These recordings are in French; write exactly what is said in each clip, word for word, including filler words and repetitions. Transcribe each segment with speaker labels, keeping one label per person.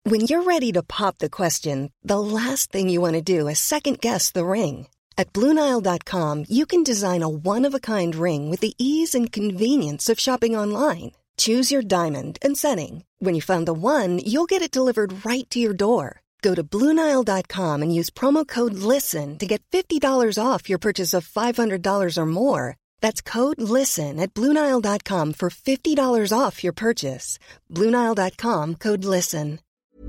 Speaker 1: When you're ready to pop the question, the last thing you want to do is second-guess the ring. At Blue Nile dot com, you can design a one-of-a-kind ring with the ease and convenience of shopping online. Choose your diamond and setting. When you find the one, you'll get it delivered right to your door. Go to Blue Nile dot com and use promo code LISTEN to get fifty dollars off your purchase of five hundred dollars or more. That's code LISTEN at Blue Nile dot com for fifty dollars off your purchase. Blue Nile dot com, code LISTEN.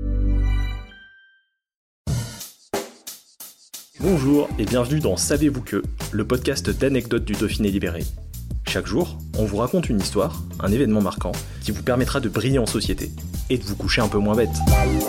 Speaker 2: Bonjour et bienvenue dans Savez-vous que, le podcast d'anecdotes du Dauphiné libéré. Chaque jour, on vous raconte une histoire, un événement marquant, qui vous permettra de briller en société et de vous coucher un peu moins bête.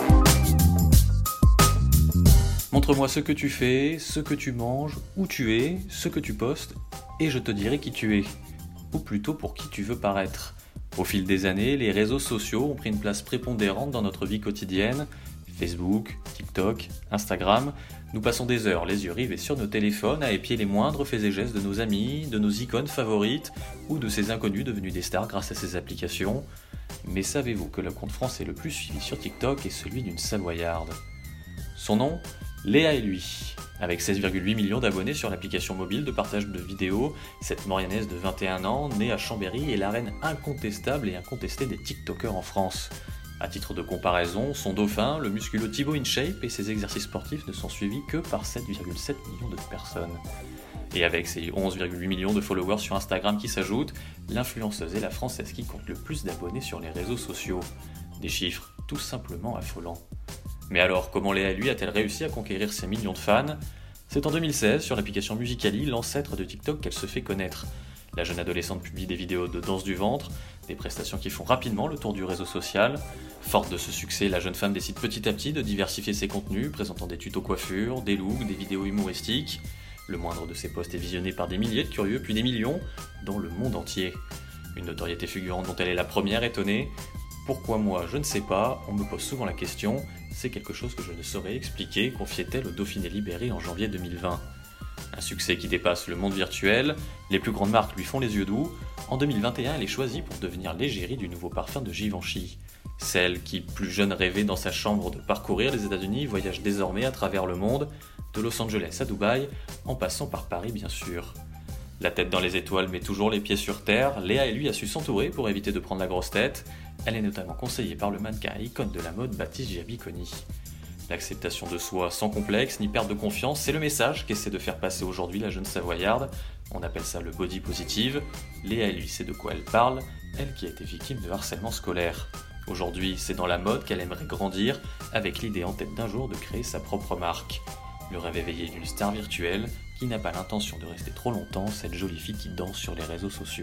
Speaker 3: Montre-moi ce que tu fais, ce que tu manges, où tu es, ce que tu postes, et je te dirai qui tu es, ou plutôt pour qui tu veux paraître. Au fil des années, les réseaux sociaux ont pris une place prépondérante dans notre vie quotidienne. Facebook, TikTok, Instagram, nous passons des heures les yeux rivés sur nos téléphones à épier les moindres faits et gestes de nos amis, de nos icônes favorites ou de ces inconnus devenus des stars grâce à ces applications. Mais savez-vous que le compte français le plus suivi sur TikTok est celui d'une Savoyarde ? Son nom ? Léa et lui. Avec seize virgule huit millions d'abonnés sur l'application mobile de partage de vidéos, cette Mauriennaise de vingt et un ans, née à Chambéry, est la reine incontestable et incontestée des TikTokers en France. À titre de comparaison, son dauphin, le musculeux Thibaut InShape et ses exercices sportifs ne sont suivis que par sept virgule sept millions de personnes. Et avec ses onze virgule huit millions de followers sur Instagram qui s'ajoutent, l'influenceuse est la française qui compte le plus d'abonnés sur les réseaux sociaux. Des chiffres tout simplement affolants. Mais alors, comment Léa lui a-t-elle réussi à conquérir ses millions de fans ? C'est en deux mille seize, sur l'application Musical.ly, l'ancêtre de TikTok, qu'elle se fait connaître. La jeune adolescente publie des vidéos de danse du ventre, des prestations qui font rapidement le tour du réseau social. Forte de ce succès, la jeune femme décide petit à petit de diversifier ses contenus, présentant des tutos coiffure, des looks, des vidéos humoristiques. Le moindre de ses posts est visionné par des milliers de curieux, puis des millions, dans le monde entier. Une notoriété fulgurante dont elle est la première étonnée. Pourquoi moi, je ne sais pas, on me pose souvent la question, c'est quelque chose que je ne saurais expliquer, confiait-elle au Dauphiné libéré en janvier deux mille vingt. Un succès qui dépasse le monde virtuel, les plus grandes marques lui font les yeux doux. En deux mille vingt et un, elle est choisie pour devenir l'égérie du nouveau parfum de Givenchy. Celle qui, plus jeune, rêvait dans sa chambre de parcourir les États-Unis, voyage désormais à travers le monde, de Los Angeles à Dubaï, en passant par Paris bien sûr. La tête dans les étoiles mais toujours les pieds sur terre, Léa et lui a su s'entourer pour éviter de prendre la grosse tête. Elle est notamment conseillée par le mannequin icône de la mode Baptiste Giabiconi. L'acceptation de soi sans complexe ni perte de confiance, c'est le message qu'essaie de faire passer aujourd'hui la jeune Savoyarde. On appelle ça le body positive. Léa et lui sait de quoi elle parle, elle qui a été victime de harcèlement scolaire. Aujourd'hui, c'est dans la mode qu'elle aimerait grandir, avec l'idée en tête d'un jour de créer sa propre marque. Le rêve éveillé d'une star virtuelle qui n'a pas l'intention de rester trop longtemps cette jolie fille qui danse sur les réseaux sociaux.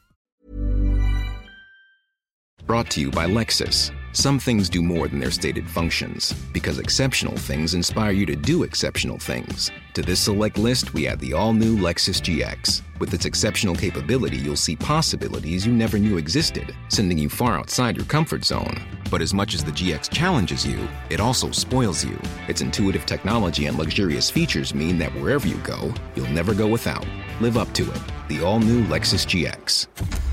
Speaker 4: Brought to you by Lexus. Some things do more than their stated functions, because exceptional things inspire you to do exceptional things. To this select list, we add the all-new Lexus G X. With its exceptional capability, you'll see possibilities you never knew existed, sending you far outside your comfort zone. But as much as the G X challenges you, it also spoils you. Its intuitive technology and luxurious features mean that wherever you go, you'll never go without. Live up to it. The all-new Lexus G X.